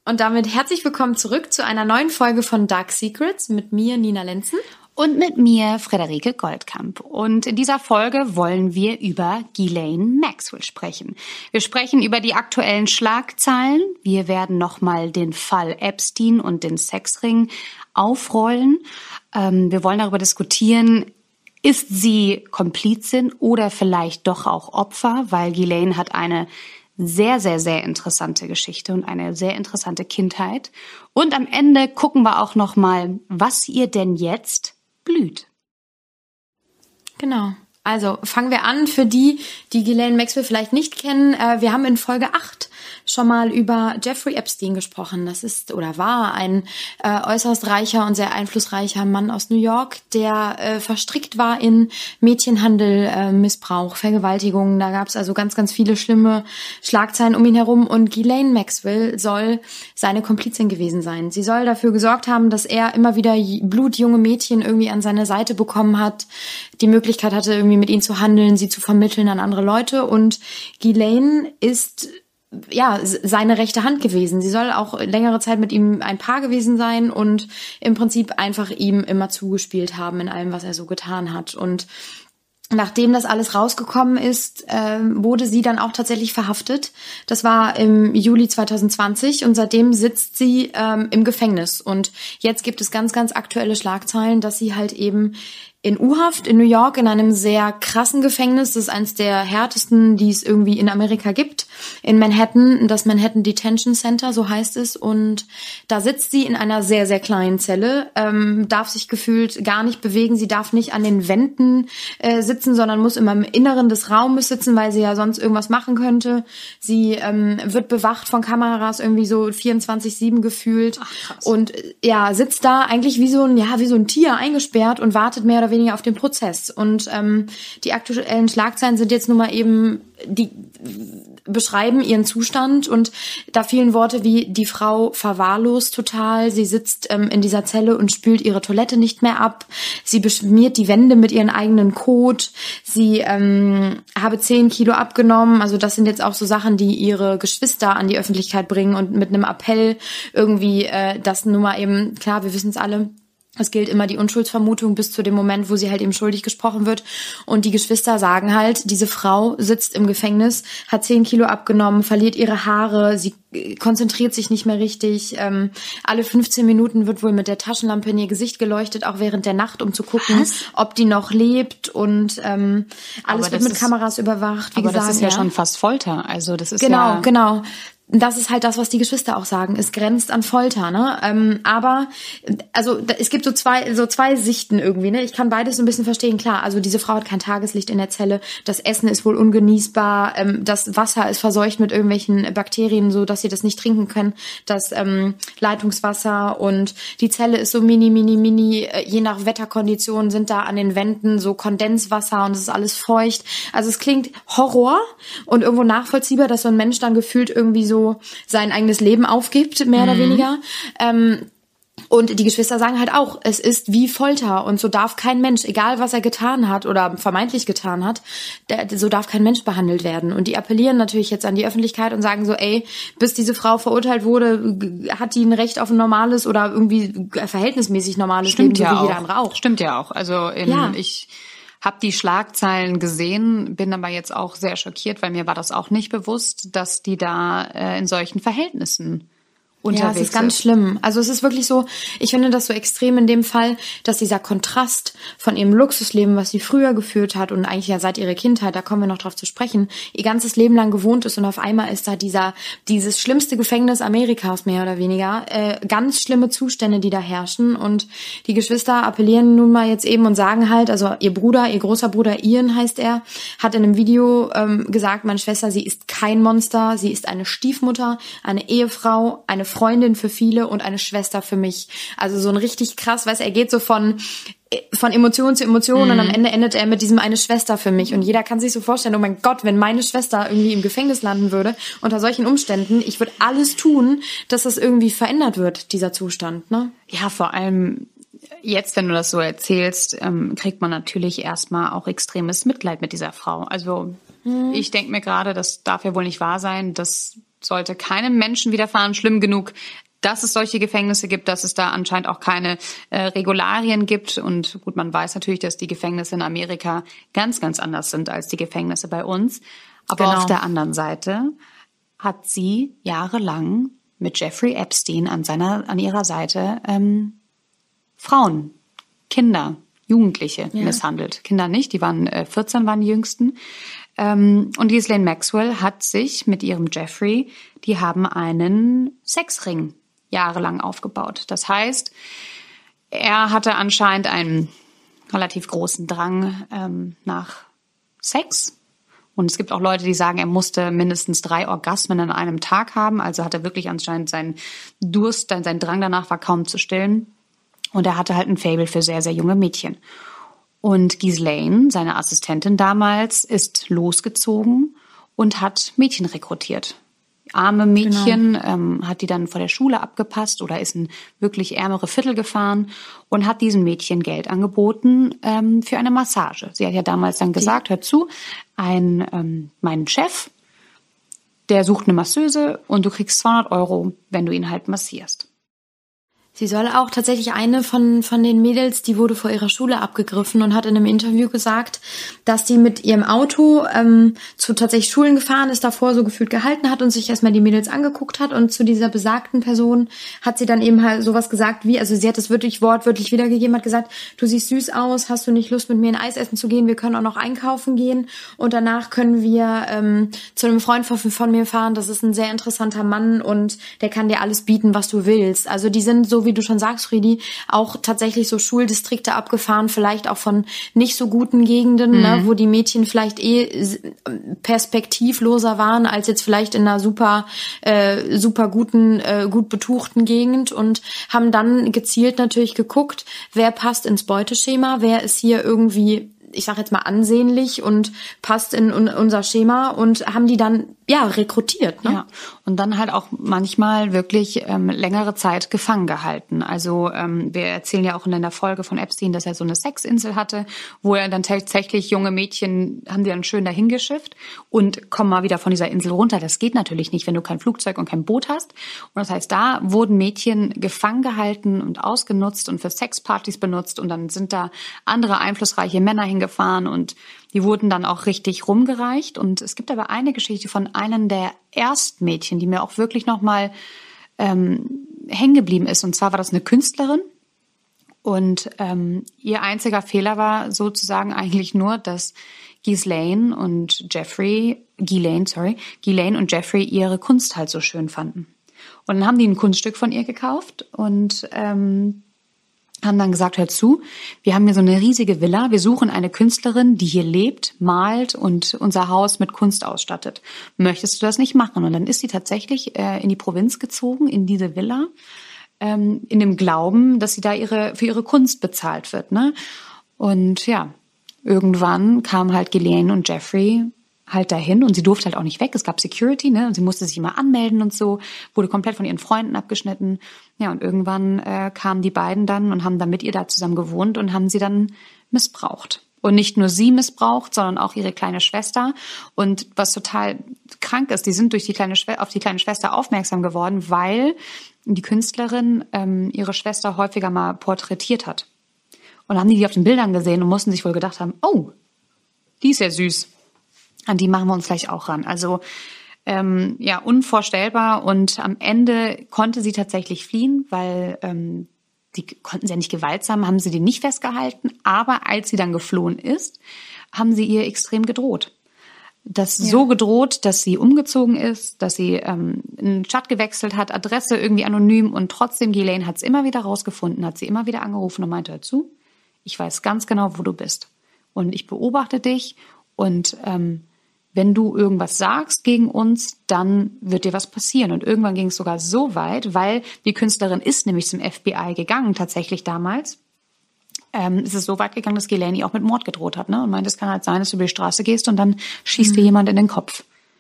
Und damit herzlich willkommen zurück zu einer neuen Folge von Dark Secrets mit mir, Nina Lenzen. Und mit mir, Friederike Goldkamp. Und in dieser Folge wollen wir über Ghislaine Maxwell sprechen. Wir sprechen über die aktuellen Schlagzeilen. Wir werden nochmal den Fall Epstein und den Sexring aufrollen. Wir wollen darüber diskutieren, ist sie Komplizin oder vielleicht doch auch Opfer? Weil Ghislaine hat eine sehr, sehr, sehr interessante Geschichte und eine sehr interessante Kindheit. Und am Ende gucken wir auch noch mal, was ihr denn jetzt blüht. Genau. Also fangen wir an. Für die Ghislaine Maxwell vielleicht nicht kennen, wir haben in Folge 8 schon mal über Jeffrey Epstein gesprochen. Das ist oder war ein äußerst reicher und sehr einflussreicher Mann aus New York, der verstrickt war in Mädchenhandel, Missbrauch, Vergewaltigungen. Da gab es also ganz, ganz viele schlimme Schlagzeilen um ihn herum. Und Ghislaine Maxwell soll seine Komplizin gewesen sein. Sie soll dafür gesorgt haben, dass er immer wieder blutjunge Mädchen irgendwie an seine Seite bekommen hat, die Möglichkeit hatte, irgendwie mit ihnen zu handeln, sie zu vermitteln an andere Leute. Und Ghislaine ist seine rechte Hand gewesen. Sie soll auch längere Zeit mit ihm ein Paar gewesen sein und im Prinzip einfach ihm immer zugespielt haben in allem, was er so getan hat. Und nachdem das alles rausgekommen ist, wurde sie dann auch tatsächlich verhaftet. Das war im Juli 2020 und seitdem sitzt sie im Gefängnis. Und jetzt gibt es ganz, ganz aktuelle Schlagzeilen, dass sie halt eben in U-Haft in New York in einem sehr krassen Gefängnis, das ist eines der härtesten, die es irgendwie in Amerika gibt, in Manhattan, das Manhattan Detention Center, so heißt es. Und da sitzt sie in einer sehr, sehr kleinen Zelle, darf sich gefühlt gar nicht bewegen, sie darf nicht an den Wänden sitzen, sondern muss immer im Inneren des Raumes sitzen, weil sie ja sonst irgendwas machen könnte. Sie wird bewacht von Kameras, irgendwie so 24/7 gefühlt. Ach, krass. Und sitzt da eigentlich wie so ein Tier eingesperrt und wartet mehr oder weniger auf den Prozess. Und die aktuellen Schlagzeilen sind jetzt nun mal eben, die beschreiben ihren Zustand und da fielen Worte wie, die Frau verwahrlost total, sie sitzt in dieser Zelle und spült ihre Toilette nicht mehr ab, sie beschmiert die Wände mit ihren eigenen Kot, sie habe 10 Kilo abgenommen, also das sind jetzt auch so Sachen, die ihre Geschwister an die Öffentlichkeit bringen und mit einem Appell irgendwie, das nun mal eben, klar, wir wissen es alle, es gilt immer die Unschuldsvermutung bis zu dem Moment, wo sie halt eben schuldig gesprochen wird. Und die Geschwister sagen halt, diese Frau sitzt im Gefängnis, hat 10 Kilo abgenommen, verliert ihre Haare, sie konzentriert sich nicht mehr richtig. Alle 15 Minuten wird wohl mit der Taschenlampe in ihr Gesicht geleuchtet, auch während der Nacht, um zu gucken, ob die noch lebt. Und alles wird mit Kameras überwacht. Wie aber gesagt, das ist ja schon fast Folter. Also das ist Genau. Das ist halt das, was die Geschwister auch sagen. Es grenzt an Folter, ne? Aber also es gibt so zwei Sichten irgendwie, ne? Ich kann beides so ein bisschen verstehen. Klar, also diese Frau hat kein Tageslicht in der Zelle. Das Essen ist wohl ungenießbar. Das Wasser ist verseucht mit irgendwelchen Bakterien, so dass sie das nicht trinken können. Das Leitungswasser und die Zelle ist so mini. Je nach Wetterkonditionen sind da an den Wänden so Kondenswasser und es ist alles feucht. Also es klingt Horror und irgendwo nachvollziehbar, dass so ein Mensch dann gefühlt irgendwie so sein eigenes Leben aufgibt, mehr oder weniger. Und die Geschwister sagen halt auch, es ist wie Folter und so darf kein Mensch, egal was er getan hat oder vermeintlich getan hat, so darf kein Mensch behandelt werden. Und die appellieren natürlich jetzt an die Öffentlichkeit und sagen so, bis diese Frau verurteilt wurde, hat die ein Recht auf ein normales oder irgendwie verhältnismäßig normales Leben, so wie jeder andere auch. Stimmt ja auch. Also ich habe die Schlagzeilen gesehen, bin aber jetzt auch sehr schockiert, weil mir war das auch nicht bewusst, dass die da in solchen Verhältnissen unterwegs es ist ganz schlimm. Also es ist wirklich so, ich finde das so extrem in dem Fall, dass dieser Kontrast von ihrem Luxusleben, was sie früher geführt hat und eigentlich ja seit ihrer Kindheit, da kommen wir noch drauf zu sprechen, ihr ganzes Leben lang gewohnt ist und auf einmal ist da dieses schlimmste Gefängnis Amerikas mehr oder weniger, ganz schlimme Zustände, die da herrschen und die Geschwister appellieren nun mal jetzt eben und sagen halt, also ihr großer Bruder Ian heißt er, hat in einem Video gesagt, meine Schwester, sie ist kein Monster, sie ist eine Stiefmutter, eine Ehefrau, eine Freundin für viele und eine Schwester für mich. Also so ein richtig krass, er geht so von Emotion zu Emotion und am Ende endet er mit diesem eine Schwester für mich. Und jeder kann sich so vorstellen, oh mein Gott, wenn meine Schwester irgendwie im Gefängnis landen würde, unter solchen Umständen, ich würde alles tun, dass das irgendwie verändert wird, dieser Zustand, ne? Ja, vor allem jetzt, wenn du das so erzählst, kriegt man natürlich erstmal auch extremes Mitleid mit dieser Frau. Also ich denke mir gerade, das darf ja wohl nicht wahr sein, dass sollte keinem Menschen widerfahren. Schlimm genug, dass es solche Gefängnisse gibt, dass es da anscheinend auch keine Regularien gibt. Und gut, man weiß natürlich, dass die Gefängnisse in Amerika ganz, ganz anders sind als die Gefängnisse bei uns. Aber auf der anderen Seite hat sie jahrelang mit Jeffrey Epstein an ihrer Seite Frauen, Kinder, Jugendliche misshandelt. Kinder nicht, die waren 14, waren die jüngsten. Und Ghislaine Maxwell hat sich mit ihrem Jeffrey, die haben einen Sexring jahrelang aufgebaut. Das heißt, er hatte anscheinend einen relativ großen Drang nach Sex. Und es gibt auch Leute, die sagen, er musste mindestens 3 Orgasmen an einem Tag haben. Also hat er wirklich anscheinend seinen Durst, sein Drang danach war kaum zu stillen. Und er hatte halt ein Faible für sehr, sehr junge Mädchen. Und Ghislaine, seine Assistentin damals, ist losgezogen und hat Mädchen rekrutiert. Arme Mädchen, hat die dann vor der Schule abgepasst oder ist in wirklich ärmere Viertel gefahren und hat diesen Mädchen Geld angeboten für eine Massage. Sie hat ja damals dann gesagt, hör zu, mein Chef, der sucht eine Masseuse und du kriegst 200 €, wenn du ihn halt massierst. Sie soll auch tatsächlich eine von den Mädels, die wurde vor ihrer Schule abgegriffen und hat in einem Interview gesagt, dass die mit ihrem Auto zu tatsächlich Schulen gefahren ist, davor so gefühlt gehalten hat und sich erstmal die Mädels angeguckt hat. Und zu dieser besagten Person hat sie dann eben halt sowas gesagt wie, also sie hat es wirklich wortwörtlich wiedergegeben, hat gesagt, du siehst süß aus, hast du nicht Lust mit mir ein Eis essen zu gehen, wir können auch noch einkaufen gehen und danach können wir zu einem Freund von mir fahren, das ist ein sehr interessanter Mann und der kann dir alles bieten, was du willst. Also die sind so, wie du schon sagst, Friedi, auch tatsächlich so Schuldistrikte abgefahren, vielleicht auch von nicht so guten Gegenden, ne, wo die Mädchen vielleicht perspektivloser waren als jetzt vielleicht in einer super guten, gut betuchten Gegend und haben dann gezielt natürlich geguckt, wer passt ins Beuteschema, wer ist hier irgendwie, ich sag jetzt mal ansehnlich und passt in unser Schema und haben die dann rekrutiert, ne? Ja, und dann halt auch manchmal wirklich längere Zeit gefangen gehalten. Also wir erzählen ja auch in der Folge von Epstein, dass er so eine Sexinsel hatte, wo er dann tatsächlich junge Mädchen, haben die dann schön dahin geschifft und kommen mal wieder von dieser Insel runter. Das geht natürlich nicht, wenn du kein Flugzeug und kein Boot hast. Und das heißt, da wurden Mädchen gefangen gehalten und ausgenutzt und für Sexpartys benutzt und dann sind da andere einflussreiche Männer hingefahren und die wurden dann auch richtig rumgereicht. Und es gibt aber eine Geschichte von einem der Erstmädchen, die mir auch wirklich nochmal hängen geblieben ist. Und zwar war das eine Künstlerin. Und ihr einziger Fehler war sozusagen eigentlich nur, dass Ghislaine und Jeffrey ihre Kunst halt so schön fanden. Und dann haben die ein Kunststück von ihr gekauft und haben dann gesagt, hör zu, wir haben hier so eine riesige Villa, wir suchen eine Künstlerin, die hier lebt, malt und unser Haus mit Kunst ausstattet. Möchtest du das nicht machen? Und dann ist sie tatsächlich in die Provinz gezogen, in diese Villa, in dem Glauben, dass sie da für ihre Kunst bezahlt wird, ne? Und ja, irgendwann kamen halt Ghislaine und Jeffrey halt dahin und sie durfte halt auch nicht weg. Es gab Security, ne? Und sie musste sich immer anmelden und so, wurde komplett von ihren Freunden abgeschnitten. Ja, und irgendwann kamen die beiden dann und haben dann mit ihr da zusammen gewohnt und haben sie dann missbraucht. Und nicht nur sie missbraucht, sondern auch ihre kleine Schwester. Und was total krank ist, die sind auf die kleine Schwester aufmerksam geworden, weil die Künstlerin ihre Schwester häufiger mal porträtiert hat. Und dann haben die auf den Bildern gesehen und mussten sich wohl gedacht haben, oh, die ist ja süß. An die machen wir uns gleich auch ran. Also unvorstellbar. Und am Ende konnte sie tatsächlich fliehen, weil die konnten sie ja nicht gewaltsam, haben sie die nicht festgehalten. Aber als sie dann geflohen ist, haben sie ihr extrem gedroht. So gedroht, dass sie umgezogen ist, dass sie in Stadt gewechselt hat, Adresse irgendwie anonym. Und trotzdem, Ghislaine hat es immer wieder rausgefunden, hat sie immer wieder angerufen und meinte, hör zu, ich weiß ganz genau, wo du bist. Und ich beobachte dich und wenn du irgendwas sagst gegen uns, dann wird dir was passieren. Und irgendwann ging es sogar so weit, weil die Künstlerin ist nämlich zum FBI gegangen, tatsächlich damals. Ist es so weit gegangen, dass Ghislaine auch mit Mord gedroht hat, ne? Und meint, es kann halt sein, dass du über die Straße gehst und dann schießt dir jemand in den Kopf.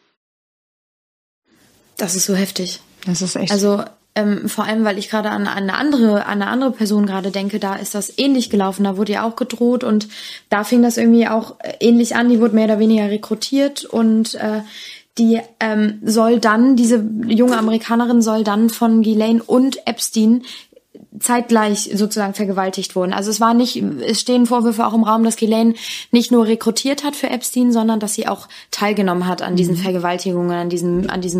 Das ist so heftig. Das ist echt. Also vor allem, weil ich gerade an eine andere Person gerade denke, da ist das ähnlich gelaufen, da wurde ja auch gedroht und da fing das irgendwie auch ähnlich an, die wurde mehr oder weniger rekrutiert und die soll dann, diese junge Amerikanerin soll dann von Ghislaine und Epstein zeitgleich sozusagen vergewaltigt wurden. Also es stehen Vorwürfe auch im Raum, dass Ghislaine nicht nur rekrutiert hat für Epstein, sondern dass sie auch teilgenommen hat an diesen Vergewaltigungen, an diesen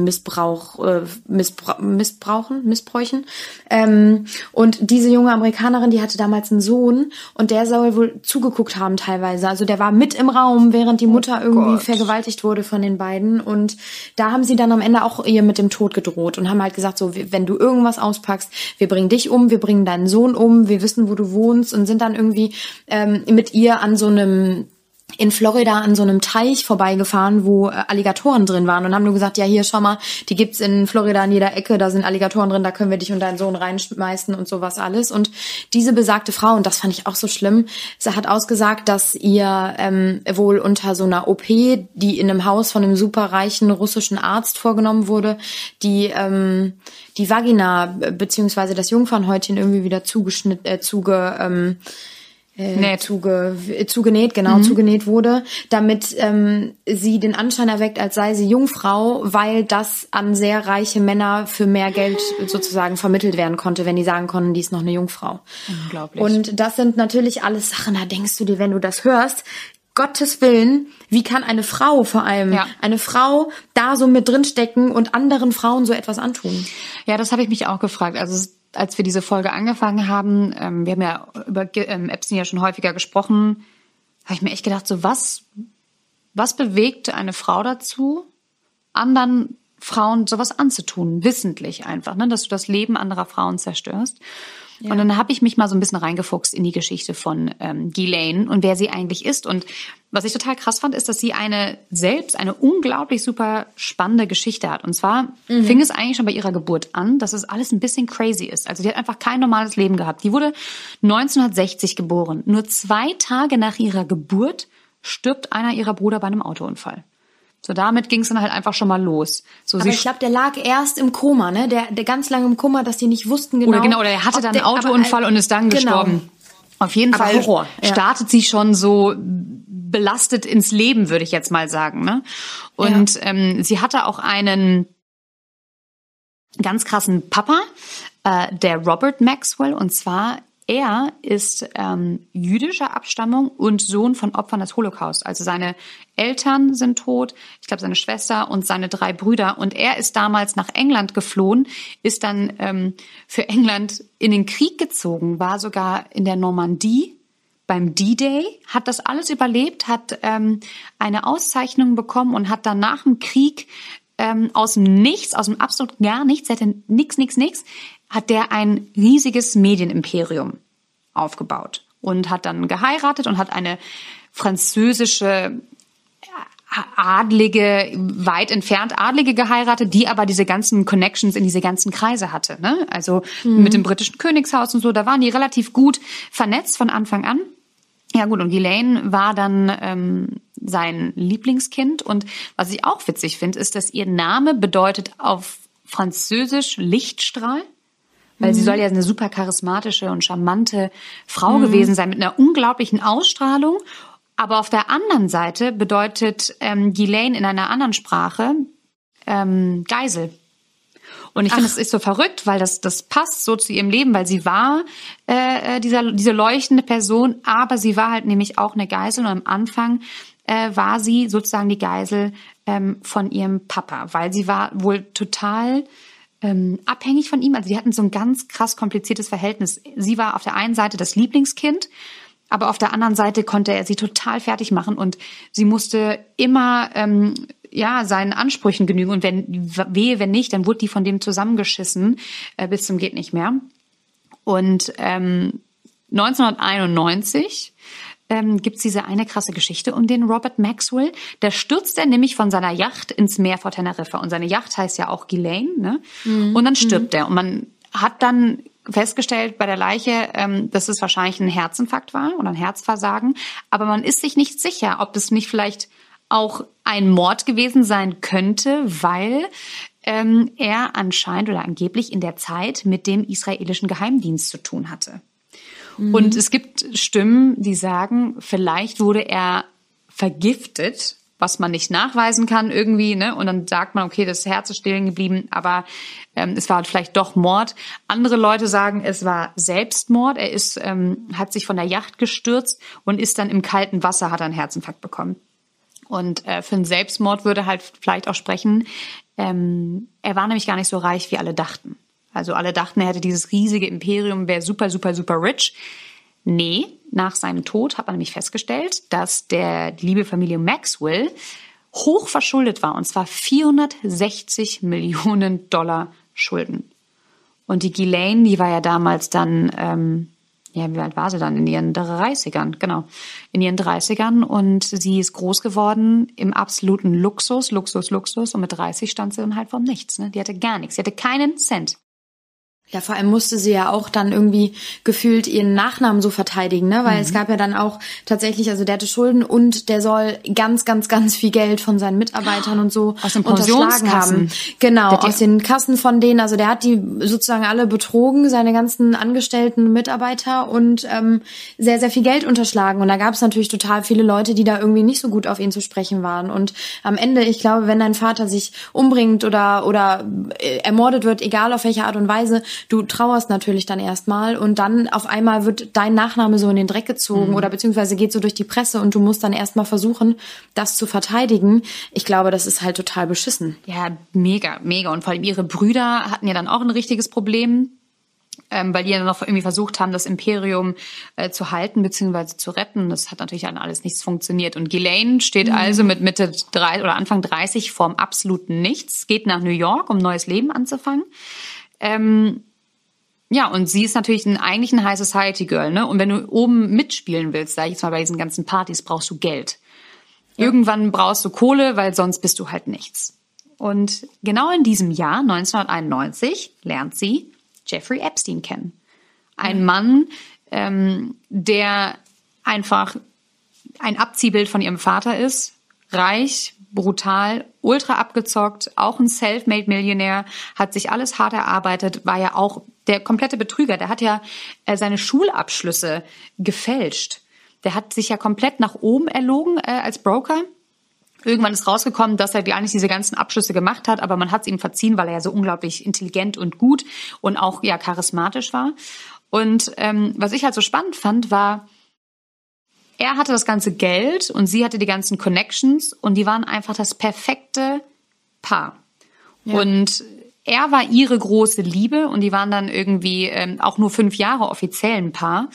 Missbräuchen. Und diese junge Amerikanerin, die hatte damals einen Sohn und der soll wohl zugeguckt haben teilweise. Also der war mit im Raum, während die Mutter irgendwie vergewaltigt wurde von den beiden. Und da haben sie dann am Ende auch ihr mit dem Tod gedroht und haben halt gesagt, so, wenn du irgendwas auspackst, wir bringen dich um, wir bringen deinen Sohn um, wir wissen, wo du wohnst, und sind dann irgendwie mit ihr in Florida an so einem Teich vorbeigefahren, wo Alligatoren drin waren, und haben nur gesagt, ja, hier, schau mal, die gibt's in Florida an jeder Ecke, da sind Alligatoren drin, da können wir dich und deinen Sohn reinschmeißen und sowas alles. Und diese besagte Frau, und das fand ich auch so schlimm, sie hat ausgesagt, dass ihr wohl unter so einer OP, die in einem Haus von einem superreichen russischen Arzt vorgenommen wurde, die Vagina beziehungsweise das Jungfernhäutchen irgendwie wieder zugenäht wurde, damit sie den Anschein erweckt, als sei sie Jungfrau, weil das an sehr reiche Männer für mehr Geld sozusagen vermittelt werden konnte, wenn die sagen konnten, die ist noch eine Jungfrau. Unglaublich. Und das sind natürlich alles Sachen, da denkst du dir, wenn du das hörst, Gottes Willen, wie kann eine Frau vor allem, eine Frau da so mit drinstecken und anderen Frauen so etwas antun? Ja, das habe ich mich auch gefragt. Also als wir diese Folge angefangen haben, wir haben ja über Epstein ja schon häufiger gesprochen, habe ich mir echt gedacht, so was bewegt eine Frau dazu, anderen Frauen sowas anzutun, wissentlich einfach, ne, dass du das Leben anderer Frauen zerstörst. Ja. Und dann habe ich mich mal so ein bisschen reingefuchst in die Geschichte von Ghislaine und wer sie eigentlich ist. Und was ich total krass fand, ist, dass sie selbst eine unglaublich super spannende Geschichte hat. Und zwar fing es eigentlich schon bei ihrer Geburt an, dass es alles ein bisschen crazy ist. Also die hat einfach kein normales Leben gehabt. Die wurde 1960 geboren. Nur 2 Tage nach ihrer Geburt stirbt einer ihrer Brüder bei einem Autounfall. So, damit ging es dann halt einfach schon mal los. So, aber ich glaube, der lag erst im Koma, ne? Der ganz lange im Koma, dass die nicht wussten genau. Oder er hatte dann einen Autounfall und ist dann gestorben. Auf jeden Fall Horror, startet sie schon so belastet ins Leben, würde ich jetzt mal sagen, ne? Und sie hatte auch einen ganz krassen Papa, der Robert Maxwell, und zwar er ist jüdischer Abstammung und Sohn von Opfern des Holocaust. Also seine Eltern sind tot, ich glaube seine Schwester und seine 3 Brüder. Und er ist damals nach England geflohen, ist dann für England in den Krieg gezogen, war sogar in der Normandie beim D-Day, hat das alles überlebt, hat eine Auszeichnung bekommen und hat dann nach dem Krieg aus dem Nichts, aus dem absolut gar nichts, hätte nix, hat der ein riesiges Medienimperium aufgebaut und hat dann geheiratet und hat eine französische Adlige, weit entfernt Adlige geheiratet, die aber diese ganzen Connections in diese ganzen Kreise hatte, ne? Also mit dem britischen Königshaus und so, da waren die relativ gut vernetzt von Anfang an. Ja gut, und Ghislaine war dann sein Lieblingskind, und was ich auch witzig finde, ist, dass ihr Name bedeutet auf Französisch Lichtstrahl. Weil sie soll ja eine super charismatische und charmante Frau gewesen sein, mit einer unglaublichen Ausstrahlung. Aber auf der anderen Seite bedeutet Ghislaine in einer anderen Sprache Geisel. Und ich finde, das ist so verrückt, weil das passt so zu ihrem Leben, weil sie war diese leuchtende Person, aber sie war halt nämlich auch eine Geisel. Und am Anfang war sie sozusagen die Geisel von ihrem Papa, weil sie war wohl total abhängig von ihm. Also die hatten so ein ganz krass kompliziertes Verhältnis. Sie war auf der einen Seite das Lieblingskind, aber auf der anderen Seite konnte er sie total fertig machen, und sie musste immer seinen Ansprüchen genügen, und wenn nicht, dann wurde die von dem zusammengeschissen bis zum geht nicht mehr. Und 1991 gibt's diese eine krasse Geschichte um den Robert Maxwell. Da stürzt er nämlich von seiner Yacht ins Meer vor Teneriffa. Und seine Yacht heißt ja auch Ghislaine, ne? Und dann stirbt er. Und man hat dann festgestellt bei der Leiche, dass es wahrscheinlich ein Herzinfarkt war oder ein Herzversagen. Aber man ist sich nicht sicher, ob das nicht vielleicht auch ein Mord gewesen sein könnte, weil er anscheinend oder angeblich in der Zeit mit dem israelischen Geheimdienst zu tun hatte. Und es gibt Stimmen, die sagen, vielleicht wurde er vergiftet was man nicht nachweisen kann irgendwie, ne? Und dann sagt man, okay, das Herz ist stehen geblieben, aber es war vielleicht doch Mord. Andere Leute sagen, es war Selbstmord. Er hat sich von der Yacht gestürzt und ist dann im kalten Wasser, hat einen Herzinfarkt bekommen. Und für einen Selbstmord würde halt vielleicht auch sprechen, er war nämlich gar nicht so reich, wie alle dachten. Also alle dachten, er hätte dieses riesige Imperium, wäre super, super, super rich. Nee, nach seinem Tod hat man nämlich festgestellt, dass die liebe Familie Maxwell hoch verschuldet war, und zwar 460 Millionen Dollar Schulden. Und die Ghislaine, die war ja damals dann, wie alt war sie dann? In ihren 30ern, genau. In ihren 30ern, und sie ist groß geworden im absoluten Luxus, und mit 30 stand sie dann halt vor nichts, ne? Die hatte gar nichts, sie hatte keinen Cent. Ja, vor allem musste sie ja auch dann irgendwie gefühlt ihren Nachnamen so verteidigen, ne? Weil es gab ja dann auch tatsächlich, also der hatte Schulden und der soll ganz, ganz, ganz viel Geld von seinen Mitarbeitern und so aus den unterschlagen haben. Genau, aus den Kassen von denen. Also der hat die sozusagen alle betrogen, seine ganzen angestellten Mitarbeiter, und sehr, sehr viel Geld unterschlagen. Und da gab es natürlich total viele Leute, die da irgendwie nicht so gut auf ihn zu sprechen waren. Und am Ende, ich glaube, wenn dein Vater sich umbringt oder ermordet wird, egal auf welche Art und Weise, du trauerst natürlich dann erstmal, und dann auf einmal wird dein Nachname so in den Dreck gezogen oder beziehungsweise geht so durch die Presse, und du musst dann erstmal versuchen, das zu verteidigen. Ich glaube, das ist halt total beschissen. Ja, mega, mega. Und vor allem ihre Brüder hatten ja dann auch ein richtiges Problem, weil die ja noch irgendwie versucht haben, das Imperium zu halten bzw. zu retten. Das hat natürlich dann alles nichts funktioniert. Und Ghislaine steht also mit Mitte 30 oder Anfang 30 vorm absoluten Nichts, geht nach New York, um ein neues Leben anzufangen. Ja, und sie ist natürlich eigentlich ein High Society Girl, ne? Und wenn du oben mitspielen willst, sag ich jetzt mal, bei diesen ganzen Partys, brauchst du Geld. Ja. Irgendwann brauchst du Kohle, weil sonst bist du halt nichts. Und genau in diesem Jahr, 1991, lernt sie Jeffrey Epstein kennen. Ein Mann, der einfach ein Abziehbild von ihrem Vater ist, reich, brutal, ultra abgezockt, auch ein Self-Made-Millionär, hat sich alles hart erarbeitet, war ja auch der komplette Betrüger. Der hat ja seine Schulabschlüsse gefälscht. Der hat sich ja komplett nach oben erlogen als Broker. Irgendwann ist rausgekommen, dass er gar nicht diese ganzen Abschlüsse gemacht hat, aber man hat es ihm verziehen, weil er ja so unglaublich intelligent und gut und auch ja charismatisch war. Und was ich halt so spannend fand, war, er hatte das ganze Geld und sie hatte die ganzen Connections, und die waren einfach das perfekte Paar. Ja. Und er war ihre große Liebe, und die waren dann irgendwie auch nur 5 Jahre offiziell ein Paar.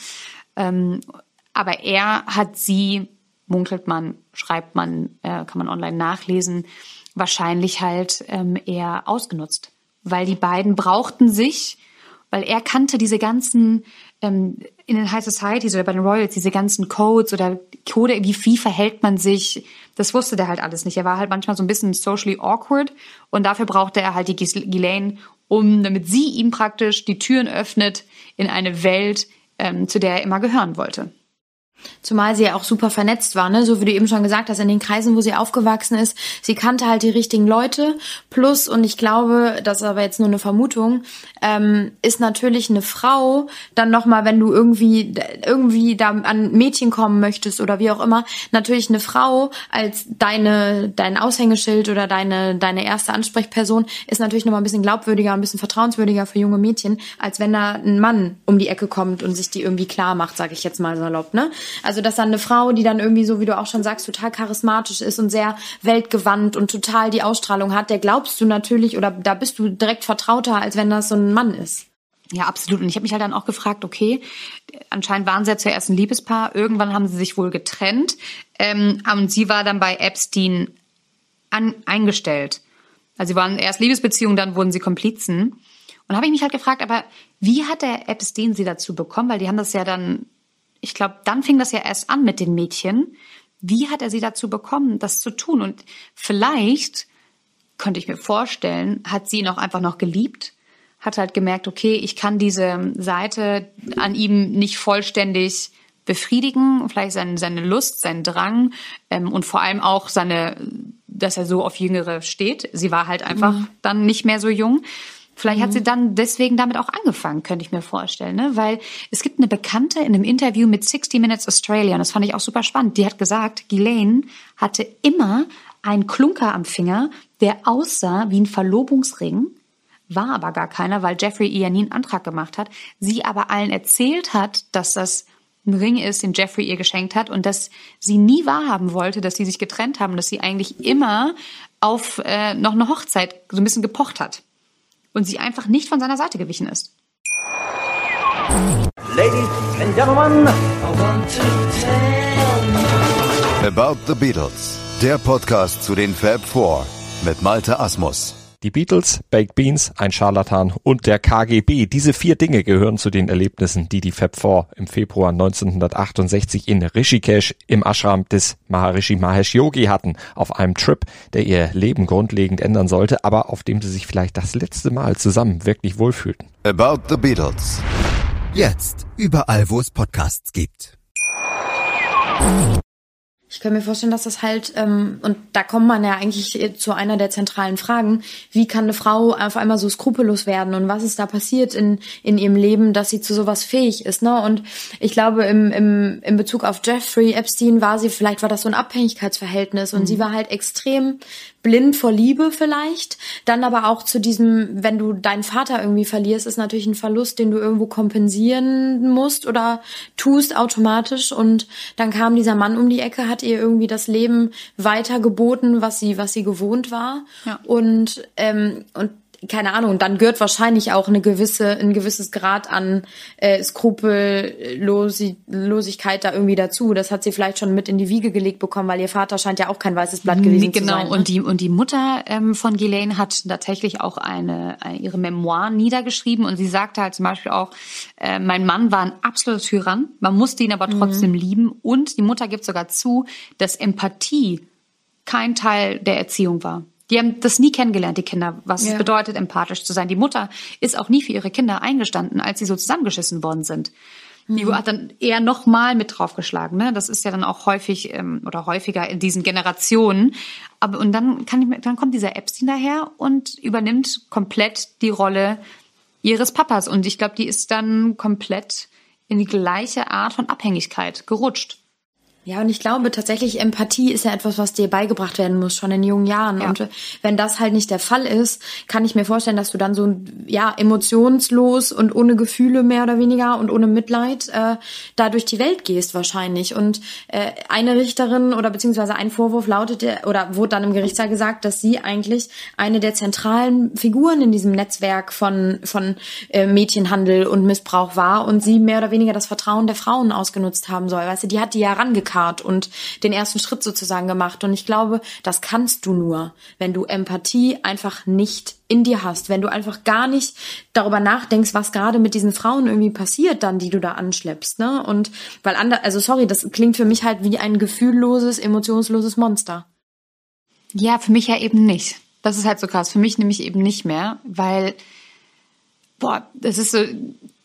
Aber er hat sie, munkelt man, schreibt man, kann man online nachlesen, wahrscheinlich halt eher ausgenutzt. Weil die beiden brauchten sich, weil er kannte diese ganzen in den High Societies oder bei den Royals, diese ganzen Codes oder Code, wie verhält man sich, das wusste der halt alles nicht. Er war halt manchmal so ein bisschen socially awkward, und dafür brauchte er halt die Ghislaine, damit sie ihm praktisch die Türen öffnet in eine Welt, zu der er immer gehören wollte. Zumal sie ja auch super vernetzt war, ne? So wie du eben schon gesagt hast, in den Kreisen, wo sie aufgewachsen ist. Sie kannte halt die richtigen Leute. Plus, und ich glaube, das ist aber jetzt nur eine Vermutung, ist natürlich eine Frau dann nochmal, wenn du irgendwie da an Mädchen kommen möchtest oder wie auch immer, natürlich eine Frau als dein Aushängeschild oder deine erste Ansprechperson ist natürlich nochmal ein bisschen glaubwürdiger, ein bisschen vertrauenswürdiger für junge Mädchen, als wenn da ein Mann um die Ecke kommt und sich die irgendwie klar macht, sage ich jetzt mal salopp, ne? Also, dass dann eine Frau, die dann irgendwie so, wie du auch schon sagst, total charismatisch ist und sehr weltgewandt und total die Ausstrahlung hat, der glaubst du natürlich, oder da bist du direkt vertrauter, als wenn das so ein Mann ist. Ja, absolut. Und ich habe mich halt dann auch gefragt, okay, anscheinend waren sie ja zuerst ein Liebespaar, irgendwann haben sie sich wohl getrennt, und sie war dann bei Epstein eingestellt. Also sie waren erst Liebesbeziehungen, dann wurden sie Komplizen. Und da habe ich mich halt gefragt, aber wie hat der Epstein sie dazu bekommen? Weil die haben das ja dann, ich glaube, dann fing das ja erst an mit den Mädchen. Wie hat er sie dazu bekommen, das zu tun? Und vielleicht, könnte ich mir vorstellen, hat sie ihn auch einfach noch geliebt, hat halt gemerkt, okay, ich kann diese Seite an ihm nicht vollständig befriedigen, vielleicht seine Lust, seinen Drang und vor allem auch dass er so auf Jüngere steht. Sie war halt einfach dann nicht mehr so jung. Vielleicht hat sie dann deswegen damit auch angefangen, könnte ich mir vorstellen, ne? Weil es gibt eine Bekannte in einem Interview mit 60 Minutes Australia, und das fand ich auch super spannend. Die hat gesagt, Ghislaine hatte immer einen Klunker am Finger, der aussah wie ein Verlobungsring, war aber gar keiner, weil Jeffrey ihr nie einen Antrag gemacht hat. Sie aber allen erzählt hat, dass das ein Ring ist, den Jeffrey ihr geschenkt hat, und dass sie nie wahrhaben wollte, dass sie sich getrennt haben, dass sie eigentlich immer auf noch eine Hochzeit so ein bisschen gepocht hat. Und sie einfach nicht von seiner Seite gewichen ist. Ladies and Gentlemen, I want to tell you. About the Beatles, der Podcast zu den Fab Four mit Malte Asmus. Die Beatles, Baked Beans, ein Scharlatan und der KGB. Diese 4 Dinge gehören zu den Erlebnissen, die die Fab Four im Februar 1968 in Rishikesh im Ashram des Maharishi Mahesh Yogi hatten. Auf einem Trip, der ihr Leben grundlegend ändern sollte, aber auf dem sie sich vielleicht das letzte Mal zusammen wirklich wohlfühlten. About the Beatles. Jetzt überall, wo es Podcasts gibt. Ich kann mir vorstellen, dass das halt, und da kommt man ja eigentlich zu einer der zentralen Fragen, wie kann eine Frau auf einmal so skrupellos werden und was ist da passiert in ihrem Leben, dass sie zu sowas fähig ist, ne? Und ich glaube, im Bezug auf Jeffrey Epstein war das so ein Abhängigkeitsverhältnis und sie war halt extrem blind vor Liebe vielleicht, dann aber auch zu diesem, wenn du deinen Vater irgendwie verlierst, ist natürlich ein Verlust, den du irgendwo kompensieren musst oder tust automatisch, und dann kam dieser Mann um die Ecke, hat ihr irgendwie das Leben weiter geboten, was sie gewohnt war, ja. Und keine Ahnung, dann gehört wahrscheinlich auch ein gewisses Grad an Skrupellosigkeit da irgendwie dazu. Das hat sie vielleicht schon mit in die Wiege gelegt bekommen, weil ihr Vater scheint ja auch kein weißes Blatt gewesen zu sein. Genau, und die Mutter von Ghislaine hat tatsächlich auch ihre Memoir niedergeschrieben, und sie sagte halt zum Beispiel auch, mein Mann war ein absoluter Tyrann, man musste ihn aber trotzdem lieben, und die Mutter gibt sogar zu, dass Empathie kein Teil der Erziehung war. Die haben das nie kennengelernt, die Kinder, was es bedeutet, empathisch zu sein. Die Mutter ist auch nie für ihre Kinder eingestanden, als sie so zusammengeschissen worden sind. Die hat dann eher noch mal mit draufgeschlagen, ne? Das ist ja dann auch häufig oder häufiger in diesen Generationen. Und dann kommt dieser Epstein daher und übernimmt komplett die Rolle ihres Papas. Und ich glaube, die ist dann komplett in die gleiche Art von Abhängigkeit gerutscht. Ja, und ich glaube tatsächlich, Empathie ist ja etwas, was dir beigebracht werden muss, schon in jungen Jahren. Ja. Und wenn das halt nicht der Fall ist, kann ich mir vorstellen, dass du dann so emotionslos und ohne Gefühle mehr oder weniger und ohne Mitleid da durch die Welt gehst wahrscheinlich. Und eine Richterin oder beziehungsweise ein Vorwurf wurde dann im Gerichtssaal gesagt, dass sie eigentlich eine der zentralen Figuren in diesem Netzwerk von Mädchenhandel und Missbrauch war und sie mehr oder weniger das Vertrauen der Frauen ausgenutzt haben soll. Weißt du, die hat die ja rangekarrt und den ersten Schritt sozusagen gemacht. Und ich glaube, das kannst du nur, wenn du Empathie einfach nicht in dir hast, wenn du einfach gar nicht darüber nachdenkst, was gerade mit diesen Frauen irgendwie passiert, dann, die du da anschleppst, ne? Und weil das klingt für mich halt wie ein gefühlloses, emotionsloses Monster. Ja, für mich ja eben nicht. Das ist halt so krass. Für mich nämlich eben nicht mehr, weil, das ist so.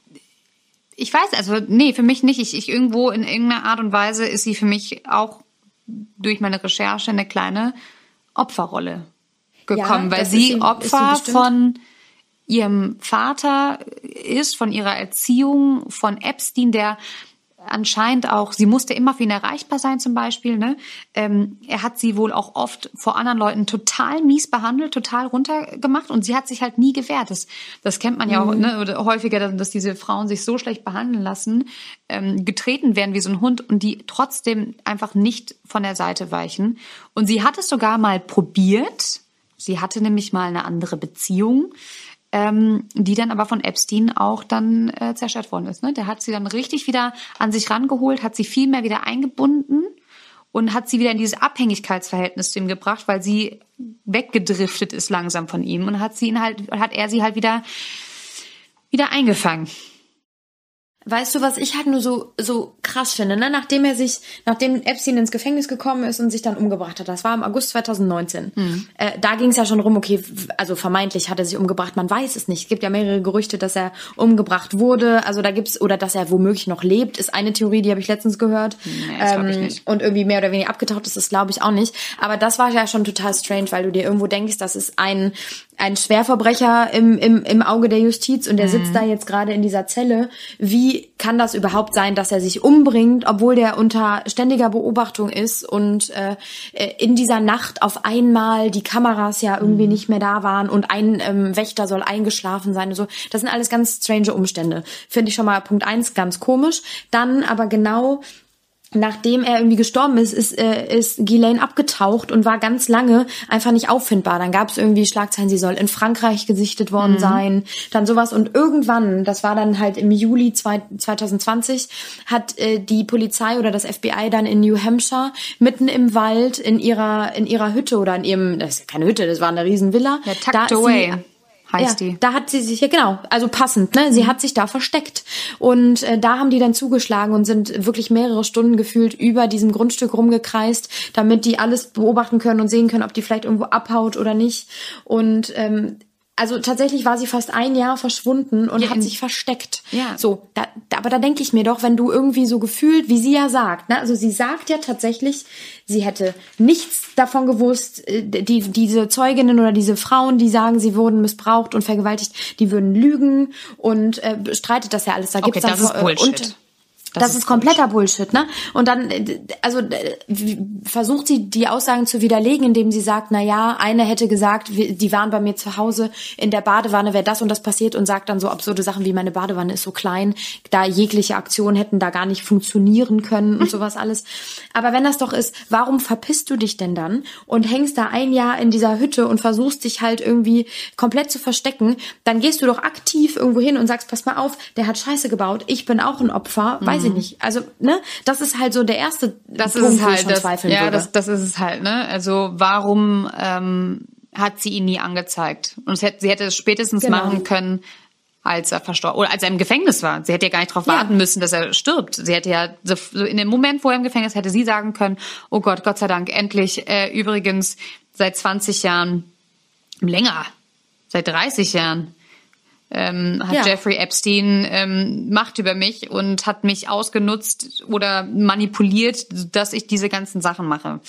Ich weiß, für mich nicht. Ich irgendwo in irgendeiner Art und Weise ist sie für mich auch durch meine Recherche eine kleine Opferrolle gekommen, weil sie Opfer von ihrem Vater ist, von ihrer Erziehung, von Epstein, der anscheinend auch, sie musste immer für ihn erreichbar sein zum Beispiel, ne? Er hat sie wohl auch oft vor anderen Leuten total mies behandelt, total runtergemacht, und sie hat sich halt nie gewehrt. Das kennt man ja auch, ne? Oder häufiger, dass diese Frauen sich so schlecht behandeln lassen, getreten werden wie so ein Hund und die trotzdem einfach nicht von der Seite weichen. Und sie hat es sogar mal probiert. Sie hatte nämlich mal eine andere Beziehung, die dann aber von Epstein auch dann zerstört worden ist. Ne? Der hat sie dann richtig wieder an sich rangeholt, hat sie viel mehr wieder eingebunden und hat sie wieder in dieses Abhängigkeitsverhältnis zu ihm gebracht, weil sie weggedriftet ist langsam von ihm, und hat er sie halt wieder eingefangen. Weißt du, was ich halt nur so krass finde, ne? Nachdem Epstein ins Gefängnis gekommen ist und sich dann umgebracht hat, das war im August 2019. Da ging es ja schon rum, okay, also vermeintlich hat er sich umgebracht, man weiß es nicht. Es gibt ja mehrere Gerüchte, dass er umgebracht wurde, also oder dass er womöglich noch lebt, ist eine Theorie, die habe ich letztens gehört. Nee, das glaube ich nicht. Und irgendwie mehr oder weniger abgetaucht ist, das glaube ich auch nicht. Aber das war ja schon total strange, weil du dir irgendwo denkst, das ist ein Schwerverbrecher im Auge der Justiz und der sitzt da jetzt gerade in dieser Zelle. Wie kann das überhaupt sein, dass er sich umbringt, obwohl der unter ständiger Beobachtung ist und in dieser Nacht auf einmal die Kameras ja irgendwie nicht mehr da waren und ein Wächter soll eingeschlafen sein und so. Das sind alles ganz strange Umstände. Finde ich schon mal Punkt 1 ganz komisch. Dann aber genau nachdem er irgendwie gestorben ist Ghislaine abgetaucht und war ganz lange einfach nicht auffindbar. Dann gab es irgendwie Schlagzeilen, sie soll in Frankreich gesichtet worden sein, dann sowas. Und irgendwann, das war dann halt im Juli 2020, hat die Polizei oder das FBI dann in New Hampshire mitten im Wald in ihrer Hütte oder in ihrem, das ist ja keine Hütte, das war eine Riesenvilla. Ja, Tucked Away. Heißt ja, die. Da hat sie sich, ja genau, also passend, ne? Sie hat sich da versteckt. Und da haben die dann zugeschlagen und sind wirklich mehrere Stunden gefühlt über diesem Grundstück rumgekreist, damit die alles beobachten können und sehen können, ob die vielleicht irgendwo abhaut oder nicht. Und also tatsächlich war sie fast ein Jahr verschwunden und hat sich versteckt. Ja. So, aber da denke ich mir doch, wenn du irgendwie so gefühlt, wie sie ja sagt, ne? Also sie sagt ja tatsächlich, sie hätte nichts davon gewusst, diese Zeuginnen oder diese Frauen, die sagen, sie wurden missbraucht und vergewaltigt, die würden lügen und bestreitet das ja alles. Da gibt's das dann ist Bullshit. Das ist kompletter Bullshit, ne? Und dann, also versucht sie die Aussagen zu widerlegen, indem sie sagt, na ja, eine hätte gesagt, die waren bei mir zu Hause in der Badewanne, wäre das und das passiert und sagt dann so absurde Sachen wie, meine Badewanne ist so klein, da jegliche Aktionen hätten da gar nicht funktionieren können und sowas alles. Aber wenn das doch ist, warum verpisst du dich denn dann und hängst da ein Jahr in dieser Hütte und versuchst dich halt irgendwie komplett zu verstecken? Dann gehst du doch aktiv irgendwo hin und sagst, pass mal auf, der hat Scheiße gebaut, ich bin auch ein Opfer, weiß ich nicht. Also, ne, das ist halt so der erste Punkt, wo ich schon zweifeln würde. Das ist es halt, ne? Also, warum hat sie ihn nie angezeigt? Und sie hätte es spätestens machen können, als er verstorben oder als er im Gefängnis war. Sie hätte ja gar nicht darauf warten müssen, dass er stirbt. Sie hätte ja so in dem Moment, wo er im Gefängnis, hätte sie sagen können, oh Gott, Gott sei Dank, endlich, übrigens seit 20 Jahren, länger, seit 30 Jahren, hat Jeffrey Epstein Macht über mich und hat mich ausgenutzt oder manipuliert, dass ich diese ganzen Sachen mache.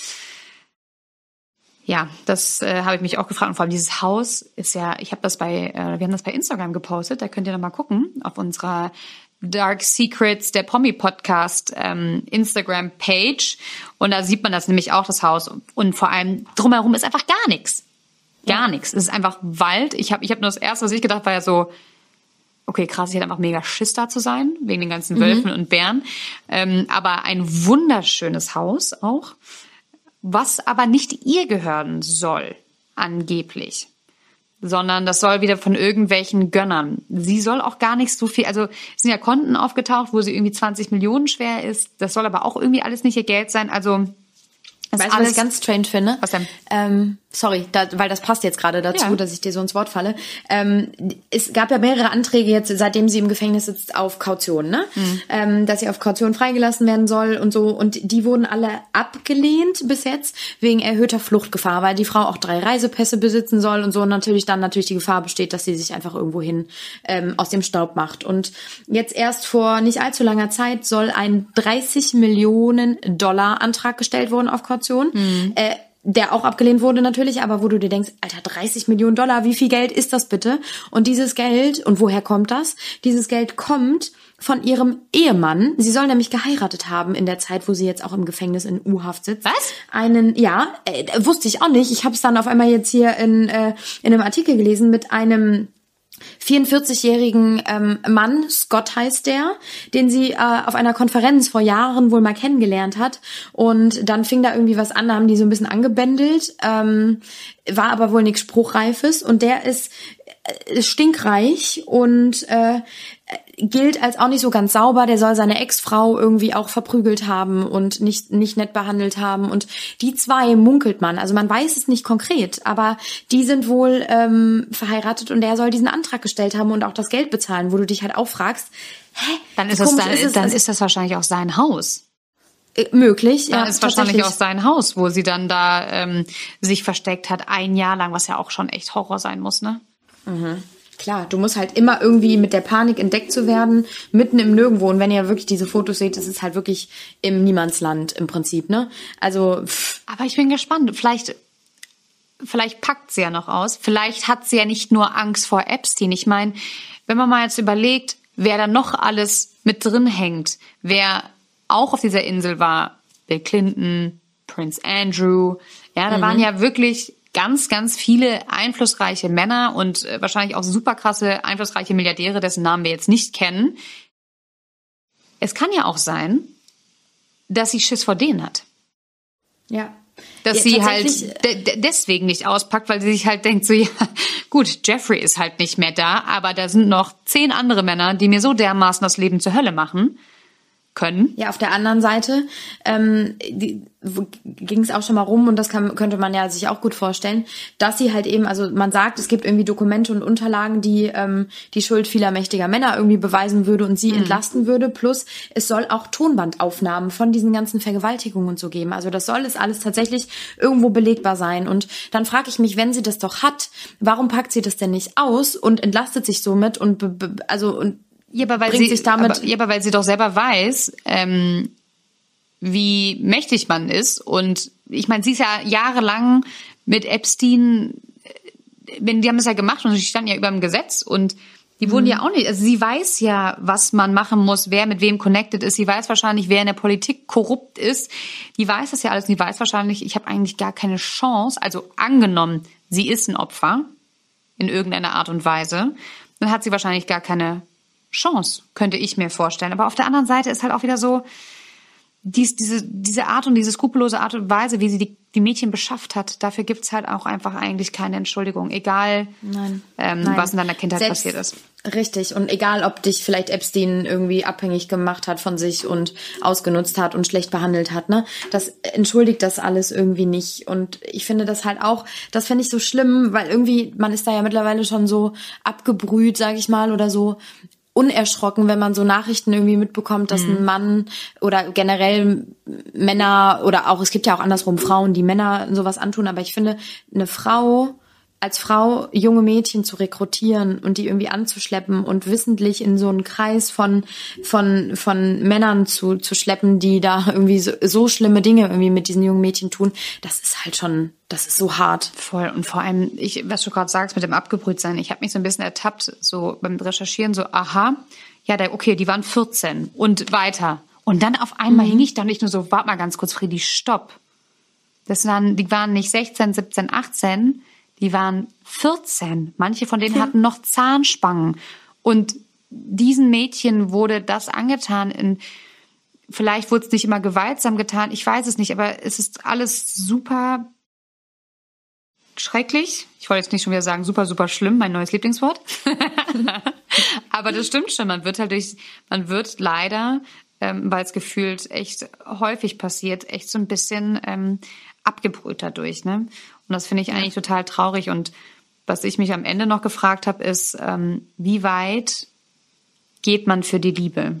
Ja, das habe ich mich auch gefragt. Und vor allem dieses Haus ist ja, wir haben das bei Instagram gepostet, da könnt ihr noch mal gucken, auf unserer Dark Secrets, der Promi-Podcast Instagram-Page. Und da sieht man das nämlich auch, das Haus. Und vor allem drumherum ist einfach gar nichts. Gar nichts. Es ist einfach Wald. Ich hab nur das Erste, was ich gedacht, war ja so, okay, krass, ich hätte einfach mega Schiss da zu sein, wegen den ganzen Wölfen und Bären. Aber ein wunderschönes Haus auch, was aber nicht ihr gehören soll, angeblich. Sondern das soll wieder von irgendwelchen Gönnern. Sie soll auch gar nicht so viel, also es sind ja Konten aufgetaucht, wo sie irgendwie 20 Millionen schwer ist. Das soll aber auch irgendwie alles nicht ihr Geld sein. Also weißt du, was ich ganz strange finde? Was denn? Sorry, weil das passt jetzt gerade dazu, dass ich dir so ins Wort falle. Es gab ja mehrere Anträge jetzt, seitdem sie im Gefängnis sitzt, auf Kaution, ne? Dass sie auf Kaution freigelassen werden soll und so. Und die wurden alle abgelehnt bis jetzt wegen erhöhter Fluchtgefahr, weil die Frau auch 3 Reisepässe besitzen soll und so. Und natürlich die Gefahr besteht, dass sie sich einfach irgendwohin aus dem Staub macht. Und jetzt erst vor nicht allzu langer Zeit soll ein $30 Millionen Antrag gestellt worden auf Kaution. Der auch abgelehnt wurde natürlich, aber wo du dir denkst, Alter, $30 Millionen, wie viel Geld ist das bitte? Und dieses Geld, und woher kommt das? Dieses Geld kommt von ihrem Ehemann. Sie soll nämlich geheiratet haben in der Zeit, wo sie jetzt auch im Gefängnis in U-Haft sitzt. Was? Wusste ich auch nicht. Ich habe es dann auf einmal jetzt hier in einem Artikel gelesen mit einem 44-jährigen Mann, Scott heißt der, den sie auf einer Konferenz vor Jahren wohl mal kennengelernt hat. Und dann fing da irgendwie was an, da haben die so ein bisschen angebändelt, war aber wohl nichts Spruchreifes. Und der ist stinkreich und gilt als auch nicht so ganz sauber. Der soll seine Ex-Frau irgendwie auch verprügelt haben und nicht nett behandelt haben. Und die 2 munkelt man. Also man weiß es nicht konkret, aber die sind wohl verheiratet und der soll diesen Antrag gestellt haben und auch das Geld bezahlen, wo du dich halt auch fragst, dann ist das wahrscheinlich auch sein Haus. Möglich, ja. Dann ist wahrscheinlich auch sein Haus, wo sie dann da sich versteckt hat, 1 Jahr lang, was ja auch schon echt Horror sein muss, ne? Mhm. Klar, du musst halt immer irgendwie mit der Panik entdeckt zu werden, mitten im Nirgendwo. Und wenn ihr wirklich diese Fotos seht, ist es halt wirklich im Niemandsland im Prinzip, ne? Also. Aber ich bin gespannt. Vielleicht vielleicht packt sie ja noch aus. Vielleicht hat sie ja nicht nur Angst vor Epstein. Ich meine, wenn man mal jetzt überlegt, wer da noch alles mit drin hängt, wer auch auf dieser Insel war, Bill Clinton, Prince Andrew, ja, da waren ja wirklich ganz, ganz viele einflussreiche Männer und wahrscheinlich auch super krasse, einflussreiche Milliardäre, dessen Namen wir jetzt nicht kennen. Es kann ja auch sein, dass sie Schiss vor denen hat. Ja. Dass sie halt deswegen nicht auspackt, weil sie sich halt denkt, so ja, gut, Jeffrey ist halt nicht mehr da, aber da sind noch 10 andere Männer, die mir so dermaßen das Leben zur Hölle machen können. Ja, auf der anderen Seite ging es auch schon mal rum, und das könnte man ja sich auch gut vorstellen, dass sie halt eben, also man sagt, es gibt irgendwie Dokumente und Unterlagen, die die Schuld vieler mächtiger Männer irgendwie beweisen würde und sie entlasten würde, plus es soll auch Tonbandaufnahmen von diesen ganzen Vergewaltigungen und so geben. Also das soll es alles tatsächlich irgendwo belegbar sein. Und dann frage ich mich, wenn sie das doch hat, warum packt sie das denn nicht aus und entlastet sich somit und weil sie doch selber weiß, wie mächtig man ist. Und ich meine, sie ist ja jahrelang mit Epstein, die haben es ja gemacht und sie standen ja über dem Gesetz und die wurden ja auch nicht, also sie weiß ja, was man machen muss, wer mit wem connected ist. Sie weiß wahrscheinlich, wer in der Politik korrupt ist. Die weiß das ja alles und die weiß wahrscheinlich, ich habe eigentlich gar keine Chance. Also angenommen, sie ist ein Opfer in irgendeiner Art und Weise, dann hat sie wahrscheinlich gar keine Chance, könnte ich mir vorstellen. Aber auf der anderen Seite ist halt auch wieder so, diese Art und diese skrupellose Art und Weise, wie sie die Mädchen beschafft hat, dafür gibt's halt auch einfach eigentlich keine Entschuldigung, egal was in deiner Kindheit passiert ist. Richtig, und egal, ob dich vielleicht Epstein irgendwie abhängig gemacht hat von sich und ausgenutzt hat und schlecht behandelt hat, ne? Das entschuldigt das alles irgendwie nicht. Und ich finde das halt auch, das finde ich so schlimm, weil irgendwie, man ist da ja mittlerweile schon so abgebrüht, sag ich mal, oder so unerschrocken, wenn man so Nachrichten irgendwie mitbekommt, dass ein Mann oder generell Männer oder auch, es gibt ja auch andersrum Frauen, die Männer sowas antun, aber ich finde, als Frau junge Mädchen zu rekrutieren und die irgendwie anzuschleppen und wissentlich in so einen Kreis von Männern zu schleppen, die da irgendwie so schlimme Dinge irgendwie mit diesen jungen Mädchen tun, das ist halt schon, das ist so hart. Voll. Und vor allem, was du gerade sagst mit dem Abgebrühtsein, ich habe mich so ein bisschen ertappt, so beim Recherchieren, so, aha, ja, okay, die waren 14 und weiter. Und dann auf einmal hing ich da nicht nur so, warte mal ganz kurz, Friedi, stopp. Die waren nicht 16, 17, 18, die waren 14. Manche von denen hatten noch Zahnspangen. Und diesen Mädchen wurde das angetan. Vielleicht wurde es nicht immer gewaltsam getan, ich weiß es nicht, aber es ist alles super schrecklich. Ich wollte jetzt nicht schon wieder sagen, super, super schlimm, mein neues Lieblingswort. Aber das stimmt schon. Man wird leider, weil es gefühlt echt häufig passiert, echt so ein bisschen abgebrüht dadurch, ne? Und das finde ich eigentlich total traurig. Und was ich mich am Ende noch gefragt habe, ist, wie weit geht man für die Liebe?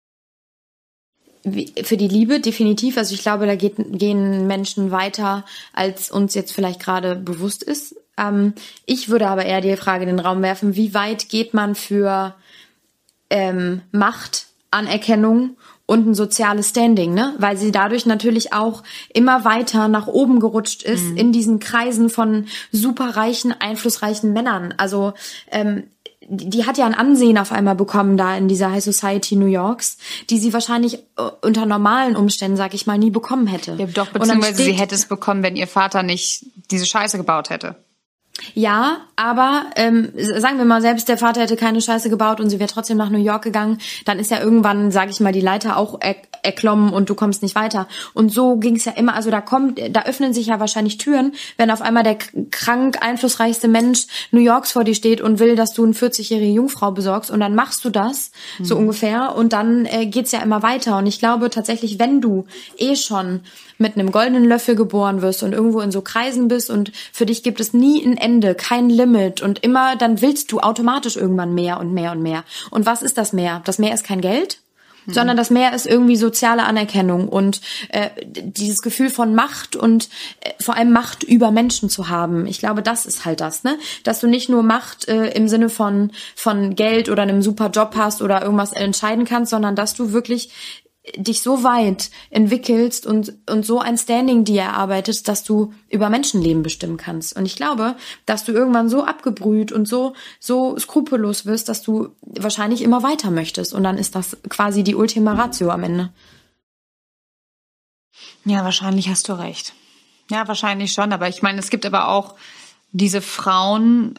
Für die Liebe definitiv. Also ich glaube, da gehen Menschen weiter, als uns jetzt vielleicht gerade bewusst ist. Ich würde aber eher die Frage in den Raum werfen, wie weit geht man für Macht, Anerkennung und ein soziales Standing, ne? Weil sie dadurch natürlich auch immer weiter nach oben gerutscht ist in diesen Kreisen von superreichen, einflussreichen Männern. Also die hat ja ein Ansehen auf einmal bekommen da in dieser High Society New Yorks, die sie wahrscheinlich unter normalen Umständen, sag ich mal, nie bekommen hätte. Ja, doch, beziehungsweise sie hätte es bekommen, wenn ihr Vater nicht diese Scheiße gebaut hätte. Ja, aber sagen wir mal, selbst der Vater hätte keine Scheiße gebaut und sie wäre trotzdem nach New York gegangen, dann ist ja irgendwann, sag ich mal, die Leiter auch erklommen und du kommst nicht weiter. Und so ging's ja immer, also da öffnen sich ja wahrscheinlich Türen, wenn auf einmal der krank einflussreichste Mensch New Yorks vor dir steht und will, dass du eine 40-jährige Jungfrau besorgst, und dann machst du das, so ungefähr, und dann geht's ja immer weiter. Und ich glaube tatsächlich, wenn du schon mit einem goldenen Löffel geboren wirst und irgendwo in so Kreisen bist und für dich gibt es nie ein Ende, kein Limit und immer, dann willst du automatisch irgendwann mehr und mehr und mehr. Und was ist das Meer? Das Meer ist kein Geld, sondern das Meer ist irgendwie soziale Anerkennung und dieses Gefühl von Macht und vor allem Macht über Menschen zu haben. Ich glaube, das ist halt das, ne? Dass du nicht nur Macht im Sinne von Geld oder einem super Job hast oder irgendwas entscheiden kannst, sondern dass du wirklich dich so weit entwickelst und so ein Standing dir erarbeitest, dass du über Menschenleben bestimmen kannst. Und ich glaube, dass du irgendwann so abgebrüht und so skrupellos wirst, dass du wahrscheinlich immer weiter möchtest. Und dann ist das quasi die Ultima Ratio am Ende. Ja, wahrscheinlich hast du recht. Ja, wahrscheinlich schon. Aber ich meine, es gibt aber auch diese Frauen,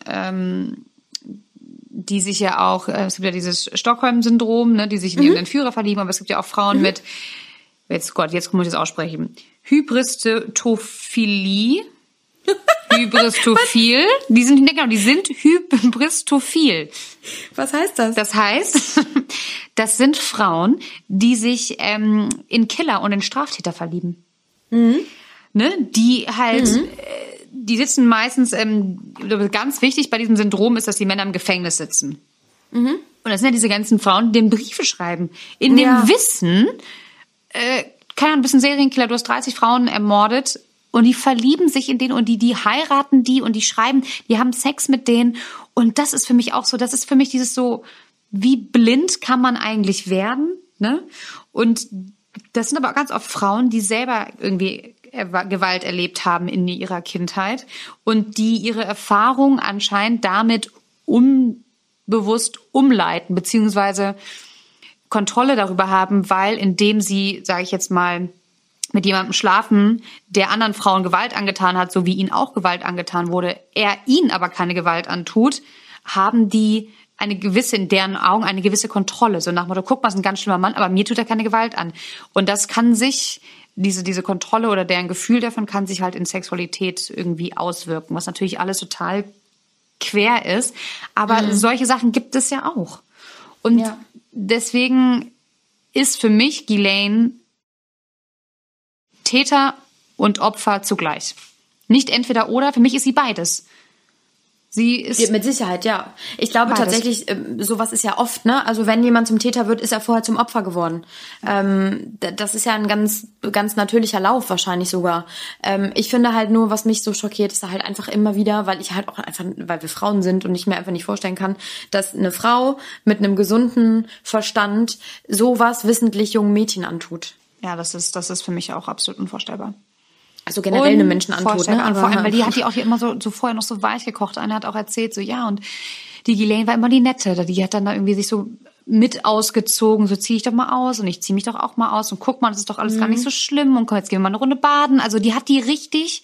die sich ja auch, es gibt ja dieses Stockholm-Syndrom, ne, die sich in ihren Entführer verlieben, aber es gibt ja auch Frauen mit, jetzt muss ich das aussprechen, Hybristophilie. Hybristophil. Die sind hybristophil. Was heißt das? Das heißt, das sind Frauen, die sich in Killer und in Straftäter verlieben. Ne? Die halt, die sitzen meistens, ganz wichtig bei diesem Syndrom ist, dass die Männer im Gefängnis sitzen. Und das sind ja diese ganzen Frauen, die den Briefe schreiben. In dem Wissen, keine Ahnung, ein bisschen Serienkiller, du hast 30 Frauen ermordet und die verlieben sich in denen und die heiraten die und die schreiben, die haben Sex mit denen. Und das ist für mich auch so, das ist für mich dieses so, wie blind kann man eigentlich werden, ne? Und das sind aber auch ganz oft Frauen, die selber irgendwie Gewalt erlebt haben in ihrer Kindheit und die ihre Erfahrung anscheinend damit unbewusst umleiten, beziehungsweise Kontrolle darüber haben, weil indem sie, sage ich jetzt mal, mit jemandem schlafen, der anderen Frauen Gewalt angetan hat, so wie ihnen auch Gewalt angetan wurde, er ihnen aber keine Gewalt antut, haben die eine gewisse, in deren Augen, eine gewisse Kontrolle. So nach dem Motto, guck mal, ist ein ganz schlimmer Mann, aber mir tut er keine Gewalt an. Und das kann sich, diese Kontrolle oder deren Gefühl davon kann sich halt in Sexualität irgendwie auswirken, was natürlich alles total quer ist. Aber solche Sachen gibt es ja auch. Und deswegen ist für mich Ghislaine Täter und Opfer zugleich. Nicht entweder oder, für mich ist sie beides. Sie ist mit Sicherheit, ja. Ich glaube tatsächlich, sowas ist ja oft, ne? Also wenn jemand zum Täter wird, ist er vorher zum Opfer geworden. Das ist ja ein ganz, ganz natürlicher Lauf wahrscheinlich sogar. Ich finde halt nur, was mich so schockiert, ist halt einfach immer wieder, weil ich halt auch einfach, weil wir Frauen sind und ich mir einfach nicht vorstellen kann, dass eine Frau mit einem gesunden Verstand sowas wissentlich jungen Mädchen antut. Ja, das ist für mich auch absolut unvorstellbar. Also generell eine Menschen antut, ne? Aber vor allem, weil die hat die auch hier immer so vorher noch so weich gekocht. Einer hat auch erzählt, so ja, und die Ghislaine war immer die Nette. Die hat dann da irgendwie sich so mit ausgezogen, so zieh ich doch mal aus und ich zieh mich doch auch mal aus und guck mal, das ist doch alles gar nicht so schlimm und komm, jetzt gehen wir mal eine Runde baden. Also die hat die richtig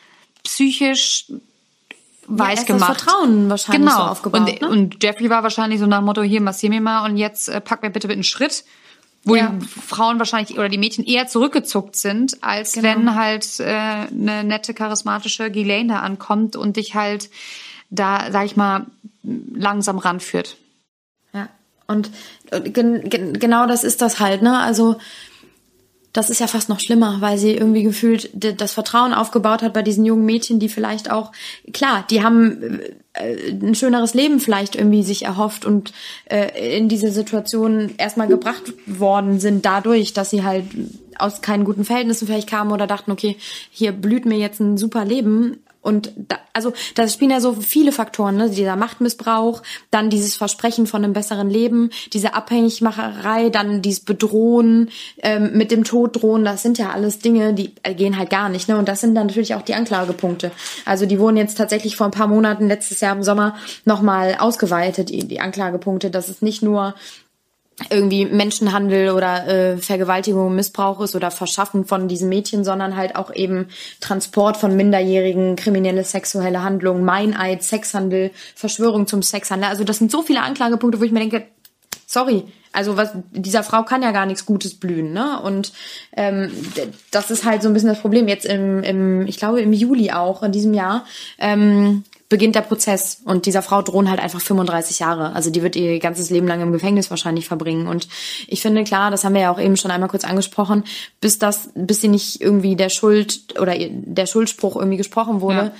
psychisch weich gemacht. Das Vertrauen wahrscheinlich so aufgebaut. Und Jeffrey war wahrscheinlich so nach dem Motto, hier, massier mir mal und jetzt pack mir bitte einen Schritt. Wo die Frauen wahrscheinlich oder die Mädchen eher zurückgezuckt sind, als wenn halt eine nette, charismatische Ghislaine da ankommt und dich halt da, sag ich mal, langsam ranführt. Ja, und genau das ist das halt, ne? Also das ist ja fast noch schlimmer, weil sie irgendwie gefühlt das Vertrauen aufgebaut hat bei diesen jungen Mädchen, die vielleicht auch, klar, die haben ein schöneres Leben vielleicht irgendwie sich erhofft und in diese Situation erstmal gebracht worden sind dadurch, dass sie halt aus keinen guten Verhältnissen vielleicht kamen oder dachten, okay, hier blüht mir jetzt ein super Leben. Und da spielen ja so viele Faktoren, ne? Dieser Machtmissbrauch, dann dieses Versprechen von einem besseren Leben, diese Abhängigmacherei, dann dieses Bedrohen, mit dem Tod drohen, das sind ja alles Dinge, die gehen halt gar nicht, ne? Und das sind dann natürlich auch die Anklagepunkte. Also die wurden jetzt tatsächlich vor ein paar Monaten, letztes Jahr im Sommer, nochmal ausgeweitet, die Anklagepunkte, dass es nicht nur irgendwie Menschenhandel oder Vergewaltigung, Missbrauch ist oder Verschaffen von diesen Mädchen, sondern halt auch eben Transport von Minderjährigen, kriminelle sexuelle Handlungen, Meineid, Sexhandel, Verschwörung zum Sexhandel. Also das sind so viele Anklagepunkte, wo ich mir denke, sorry, also dieser Frau kann ja gar nichts Gutes blühen, ne? Und das ist halt so ein bisschen das Problem. Jetzt ich glaube im Juli auch in diesem Jahr beginnt der Prozess und dieser Frau drohen halt einfach 35 Jahre. Also die wird ihr ganzes Leben lang im Gefängnis wahrscheinlich verbringen. Und ich finde, klar, das haben wir ja auch eben schon einmal kurz angesprochen, bis sie nicht irgendwie der Schuld oder der Schuldspruch irgendwie gesprochen wurde,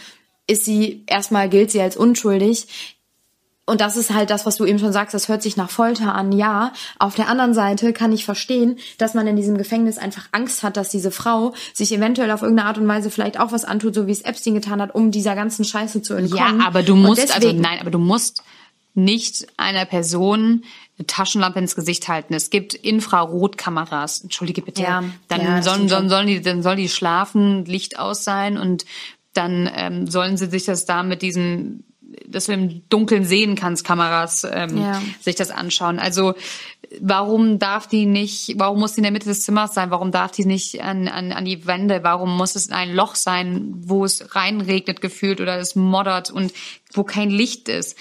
gilt sie als unschuldig. Und das ist halt das, was du eben schon sagst, das hört sich nach Folter an, ja. Auf der anderen Seite kann ich verstehen, dass man in diesem Gefängnis einfach Angst hat, dass diese Frau sich eventuell auf irgendeine Art und Weise vielleicht auch was antut, so wie es Epstein getan hat, um dieser ganzen Scheiße zu entkommen. Ja, aber du musst, du musst nicht einer Person eine Taschenlampe ins Gesicht halten. Es gibt Infrarotkameras. Entschuldige bitte. Ja, Dann sollen die schlafen, Licht aus sein und dann sollen sie sich das da mit diesen, dass du im Dunkeln sehen kannst, Kameras, sich das anschauen. Also warum muss die in der Mitte des Zimmers sein? Warum darf die nicht an die Wände? Warum muss es ein Loch sein, wo es reinregnet gefühlt oder es moddert und wo kein Licht ist?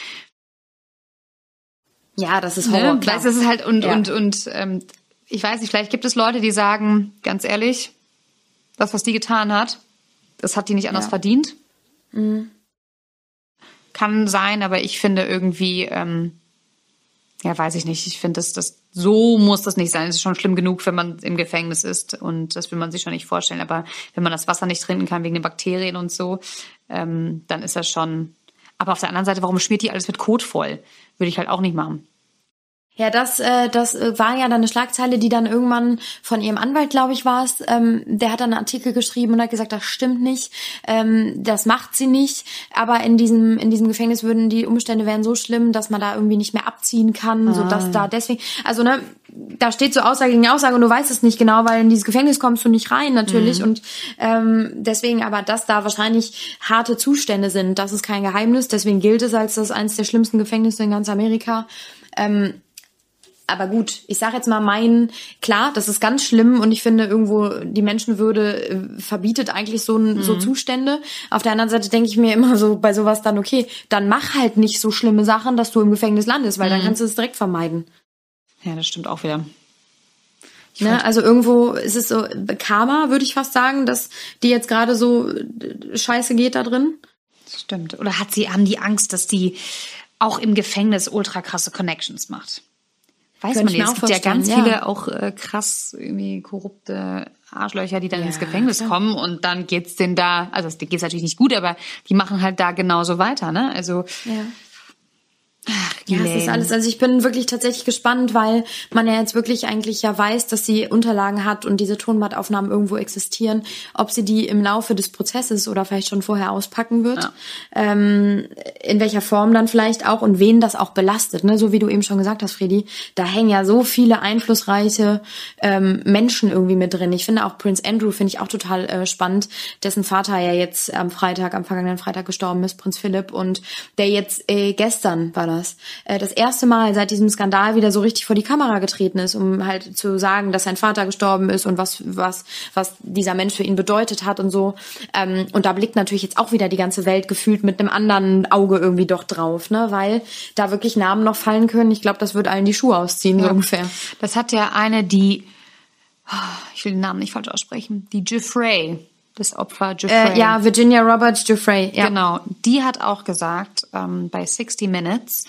Ja, das ist Horror. Klar. Das ist halt und ich weiß nicht, vielleicht gibt es Leute, die sagen, ganz ehrlich, das, was die getan hat, das hat die nicht anders verdient. Mhm. Kann sein, aber ich finde irgendwie, weiß ich nicht. Ich finde, so muss das nicht sein. Es ist schon schlimm genug, wenn man im Gefängnis ist und das will man sich schon nicht vorstellen. Aber wenn man das Wasser nicht trinken kann wegen den Bakterien und so, dann ist das schon. Aber auf der anderen Seite, warum schmiert die alles mit Kot voll? Würde ich halt auch nicht machen. Ja, das war ja dann eine Schlagzeile, die dann irgendwann von ihrem Anwalt, glaube ich, war es, der hat dann einen Artikel geschrieben und hat gesagt, das stimmt nicht, das macht sie nicht, aber in diesem Gefängnis die Umstände wären so schlimm, dass man da irgendwie nicht mehr abziehen kann, sodass da deswegen, also da steht so Aussage gegen Aussage und du weißt es nicht genau, weil in dieses Gefängnis kommst du nicht rein natürlich und deswegen aber, dass da wahrscheinlich harte Zustände sind, das ist kein Geheimnis, deswegen gilt es als das eines der schlimmsten Gefängnisse in ganz Amerika. Aber gut, ich sage jetzt mal klar, das ist ganz schlimm und ich finde irgendwo die Menschenwürde verbietet eigentlich so Zustände. Auf der anderen Seite denke ich mir immer so bei sowas dann, okay, dann mach halt nicht so schlimme Sachen, dass du im Gefängnis landest, weil dann kannst du es direkt vermeiden. Ja, das stimmt auch wieder. Also irgendwo ist es so Karma, würde ich fast sagen, dass die jetzt gerade so scheiße geht da drin. Das stimmt. Oder haben die Angst, dass die auch im Gefängnis ultra krasse Connections macht? Weiß man nicht. Es gibt ja ganz viele auch krass irgendwie korrupte Arschlöcher, die dann ins Gefängnis kommen und dann geht's denen da, also es geht's natürlich nicht gut, aber die machen halt da genauso weiter, ne? Also ja, es ist alles, also ich bin wirklich tatsächlich gespannt, weil man ja jetzt wirklich eigentlich weiß, dass sie Unterlagen hat und diese Tonbandaufnahmen irgendwo existieren, ob sie die im Laufe des Prozesses oder vielleicht schon vorher auspacken wird, in welcher Form dann vielleicht auch und wen das auch belastet, ne? So wie du eben schon gesagt hast, Fredi, da hängen ja so viele einflussreiche Menschen irgendwie mit drin. Ich finde auch Prince Andrew finde ich auch total spannend, dessen Vater ja jetzt am vergangenen Freitag gestorben ist, Prinz Philipp, und der jetzt gestern war das erste Mal seit diesem Skandal wieder so richtig vor die Kamera getreten ist, um halt zu sagen, dass sein Vater gestorben ist und was dieser Mensch für ihn bedeutet hat und so. Und da blickt natürlich jetzt auch wieder die ganze Welt gefühlt mit einem anderen Auge irgendwie doch drauf, ne, weil da wirklich Namen noch fallen können. Ich glaube, das wird allen die Schuhe ausziehen, so ungefähr. Das hat ja ich will den Namen nicht falsch aussprechen, die Giuffre. Das Opfer Giuffre. Virginia Roberts Giuffre. Ja. Genau. Die hat auch gesagt, bei 60 Minutes,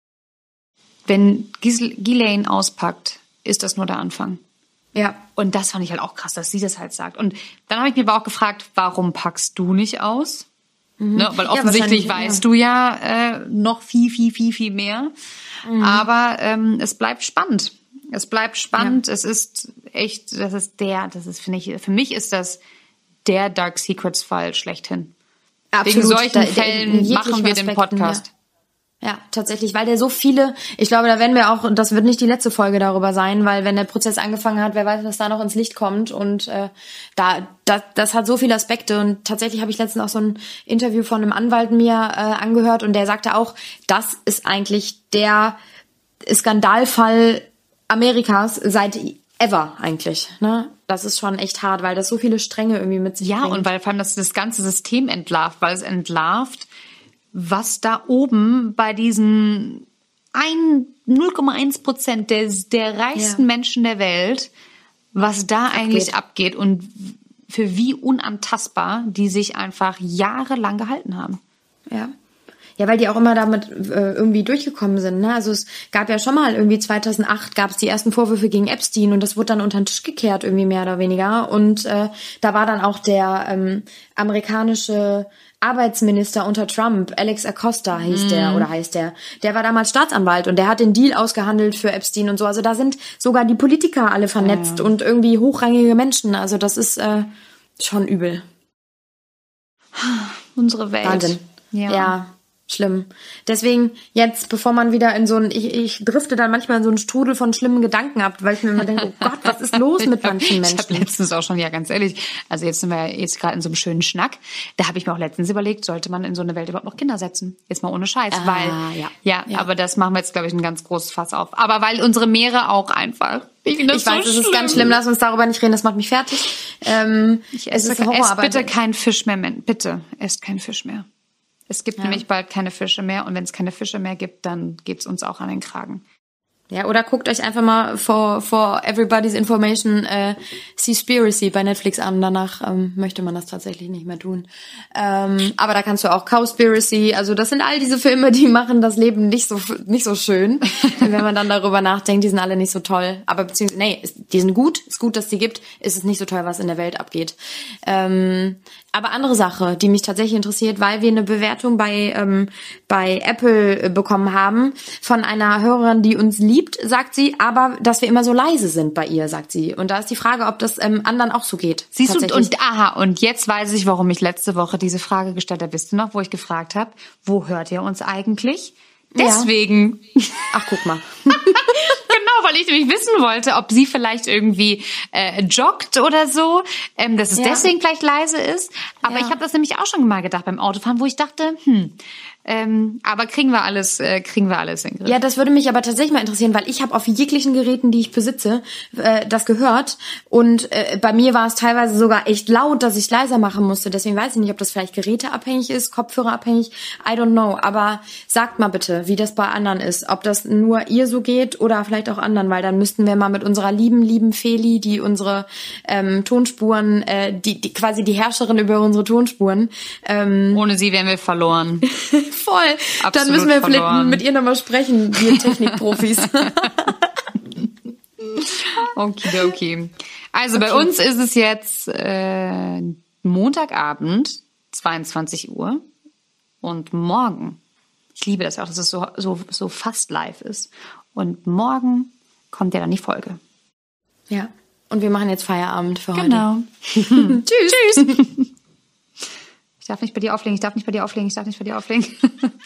wenn Ghislaine auspackt, ist das nur der Anfang. Ja. Und das fand ich halt auch krass, dass sie das halt sagt. Und dann habe ich mir aber auch gefragt, warum packst du nicht aus? Ne? Weil offensichtlich weißt du ja noch viel, viel, viel, viel mehr. Aber es bleibt spannend. Es bleibt spannend. Es ist echt, für mich ist das der Dark Secrets Fall schlechthin. Absolut. Wegen solchen Fällen machen wir den Podcast. Ja, tatsächlich, weil der so viele, ich glaube, da werden wir auch, das wird nicht die letzte Folge darüber sein, weil wenn der Prozess angefangen hat, wer weiß, was da noch ins Licht kommt und das hat so viele Aspekte und tatsächlich habe ich letztens auch so ein Interview von einem Anwalt mir angehört und der sagte auch, das ist eigentlich der Skandalfall Amerikas seit ever eigentlich, ne? Das ist schon echt hart, weil das so viele Stränge irgendwie mit sich bringt. Ja, und weil vor allem das ganze System entlarvt, weil es entlarvt, was da oben bei diesen 0,1% der reichsten Menschen der Welt, was da eigentlich abgeht und für wie unantastbar die sich einfach jahrelang gehalten haben. Ja. Ja, weil die auch immer damit irgendwie durchgekommen sind, ne? Also es gab ja schon mal irgendwie 2008 gab es die ersten Vorwürfe gegen Epstein und das wurde dann unter den Tisch gekehrt irgendwie mehr oder weniger und da war dann auch der amerikanische Arbeitsminister unter Trump, Alex Acosta heißt der, der war damals Staatsanwalt und der hat den Deal ausgehandelt für Epstein und so. Also da sind sogar die Politiker alle vernetzt und irgendwie hochrangige Menschen. Also das ist schon übel. Unsere Welt. Wahnsinn. Ja. Schlimm. Deswegen jetzt, bevor man wieder in so ein, ich drifte dann manchmal in so einen Strudel von schlimmen Gedanken ab, weil ich mir immer denke, oh Gott, was ist los mit manchen Menschen? Ich habe letztens auch schon, ja ganz ehrlich, also jetzt sind wir jetzt gerade in so einem schönen Schnack, da habe ich mir auch letztens überlegt, sollte man in so eine Welt überhaupt noch Kinder setzen? Jetzt mal ohne Scheiß, weil, ja, aber das machen wir jetzt, glaube ich, ein ganz großes Fass auf. Aber weil unsere Meere auch einfach... Ich weiß, so es ist ganz schlimm, lass uns darüber nicht reden, das macht mich fertig. Esst bitte keinen Fisch mehr, bitte, esst keinen Fisch mehr. Es gibt nämlich bald keine Fische mehr und wenn es keine Fische mehr gibt, dann geht's uns auch an den Kragen. Ja, oder guckt euch einfach mal for everybody's information Seaspiracy bei Netflix an. Danach möchte man das tatsächlich nicht mehr tun. Aber da kannst du auch Cowspiracy, also das sind all diese Filme, die machen das Leben nicht so schön. Wenn man dann darüber nachdenkt, die sind alle nicht so toll. Aber beziehungsweise, die sind gut, ist gut, dass die gibt, ist es nicht so toll, was in der Welt abgeht. Aber andere Sache, die mich tatsächlich interessiert, weil wir eine Bewertung bei Apple bekommen haben von einer Hörerin, die uns liebt, sagt sie, aber dass wir immer so leise sind bei ihr, sagt sie. Und da ist die Frage, ob das anderen auch so geht. Siehst du, und jetzt weiß ich, warum ich letzte Woche diese Frage gestellt habe. Wisst ihr noch, wo ich gefragt habe, wo hört ihr uns eigentlich? Deswegen. Ja. Ach, guck mal. Genau, weil ich nämlich wissen wollte, ob sie vielleicht irgendwie joggt oder so, dass es deswegen vielleicht leise ist. Aber ich habe das nämlich auch schon mal gedacht beim Autofahren, wo ich dachte, aber kriegen wir alles in den Griff. Ja, das würde mich aber tatsächlich mal interessieren, weil ich habe auf jeglichen Geräten, die ich besitze, das gehört. Und bei mir war es teilweise sogar echt laut, dass ich leiser machen musste. Deswegen weiß ich nicht, ob das vielleicht geräteabhängig ist, kopfhörerabhängig. I don't know. Aber sagt mal bitte, wie das bei anderen ist. Ob das nur ihr so geht oder vielleicht auch anderen. Weil dann müssten wir mal mit unserer lieben Feli, die unsere Tonspuren, die quasi die Herrscherin über unsere Tonspuren. Ohne sie wären wir verloren. Voll. Absolut. Dann müssen wir vielleicht mit ihr nochmal sprechen, wir Technikprofis. Okay. Also bei uns ist es jetzt Montagabend, 22 Uhr. Und morgen, ich liebe das auch, dass es so fast live ist. Und morgen kommt ja dann die Folge. Ja, und wir machen jetzt Feierabend für heute. Genau. Tschüss. Ich darf nicht bei dir auflegen.